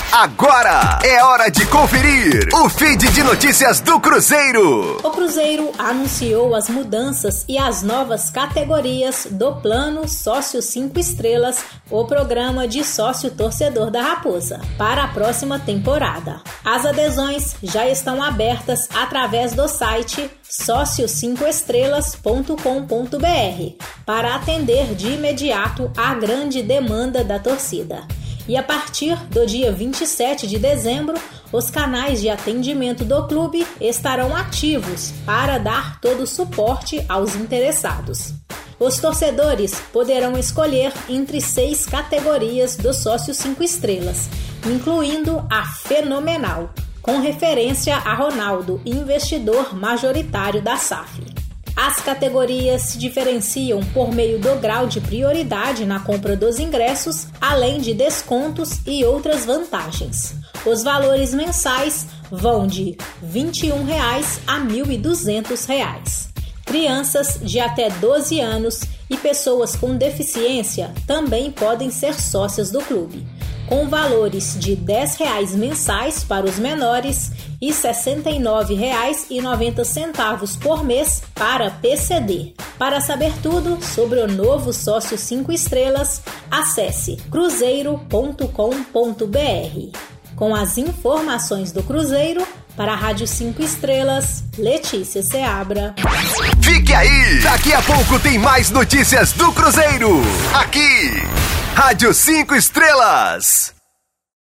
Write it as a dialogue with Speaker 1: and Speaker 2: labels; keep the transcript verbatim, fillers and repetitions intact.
Speaker 1: Agora é hora de conferir o feed de notícias do Cruzeiro.
Speaker 2: O Cruzeiro anunciou as mudanças e as novas categorias do Plano Sócio cinco Estrelas, o programa de sócio torcedor da Raposa, para a próxima temporada. As adesões já estão abertas através do site sócio cinco estrelas ponto com ponto b r para atender de imediato a grande demanda da torcida. E a partir do dia vinte e sete de dezembro, os canais de atendimento do clube estarão ativos para dar todo o suporte aos interessados. Os torcedores poderão escolher entre seis categorias do Sócio cinco Estrelas, incluindo a Fenomenal, com referência a Ronaldo, investidor majoritário da S A F. As categorias se diferenciam por meio do grau de prioridade na compra dos ingressos, além de descontos e outras vantagens. Os valores mensais vão de vinte e um reais a mil e duzentos reais. Crianças de até doze anos e pessoas com deficiência também podem ser sócias do clube, com valores de dez reais mensais para os menores e sessenta e nove reais e noventa centavos por mês para P C D. Para saber tudo sobre o novo Sócio cinco Estrelas, acesse cruzeiro ponto com ponto b r. Com as informações do Cruzeiro, para a Rádio cinco Estrelas, Letícia Seabra.
Speaker 1: Fique aí! Daqui a pouco tem mais notícias do Cruzeiro. Aqui, Rádio cinco Estrelas.